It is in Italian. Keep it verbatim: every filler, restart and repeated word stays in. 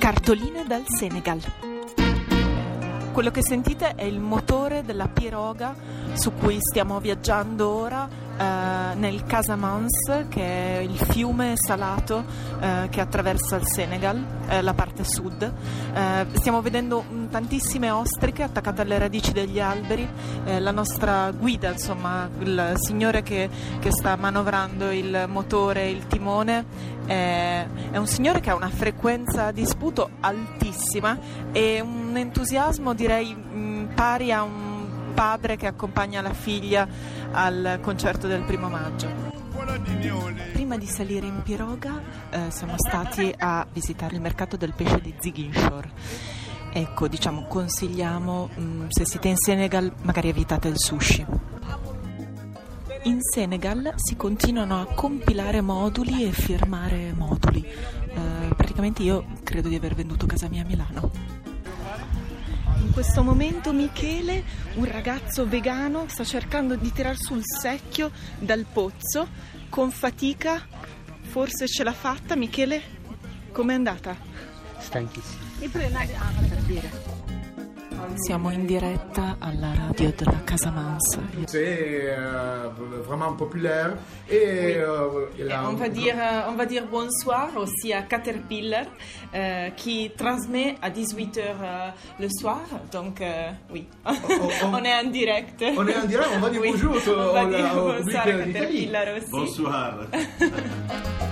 Cartoline dal Senegal. Quello che sentite è il motore della piroga su cui stiamo viaggiando ora eh, nel Casamance, che è il fiume salato eh, che attraversa il Senegal, eh, la parte sud. Eh, stiamo vedendo mh, tantissime ostriche attaccate alle radici degli alberi. Eh, la nostra guida, insomma, il signore che, che sta manovrando il motore, il timone, è, è un signore che ha una frequenza di sputo altissima e un entusiasmo, direi, mh, pari a un padre che accompagna la figlia al concerto del primo maggio. Prima di salire in piroga eh, siamo stati a visitare il mercato del pesce di Ziguinchor. Ecco, diciamo, consigliamo, mh, se siete in Senegal, magari evitate il sushi. In Senegal si continuano a compilare moduli e firmare moduli. Eh, praticamente io credo di aver venduto casa mia a Milano. In questo momento Michele, un ragazzo vegano, sta cercando di tirar sul secchio dal pozzo. Con fatica, forse ce l'ha fatta. Michele, com'è andata? Stanchissimo. Per dire. Siamo in diretta alla radio della Casamance. C'est euh, vraiment populaire et, euh, et là, on va dire on va dire bonsoir aussi à Caterpillar euh, qui transmet à dix-huit heures euh, le soir, donc euh, oui. on, on, on est en direct. On est en direct, on va dire oui. bonjour au, on va au, dire au bonsoir public à Caterpillar aussi. Bonsoir.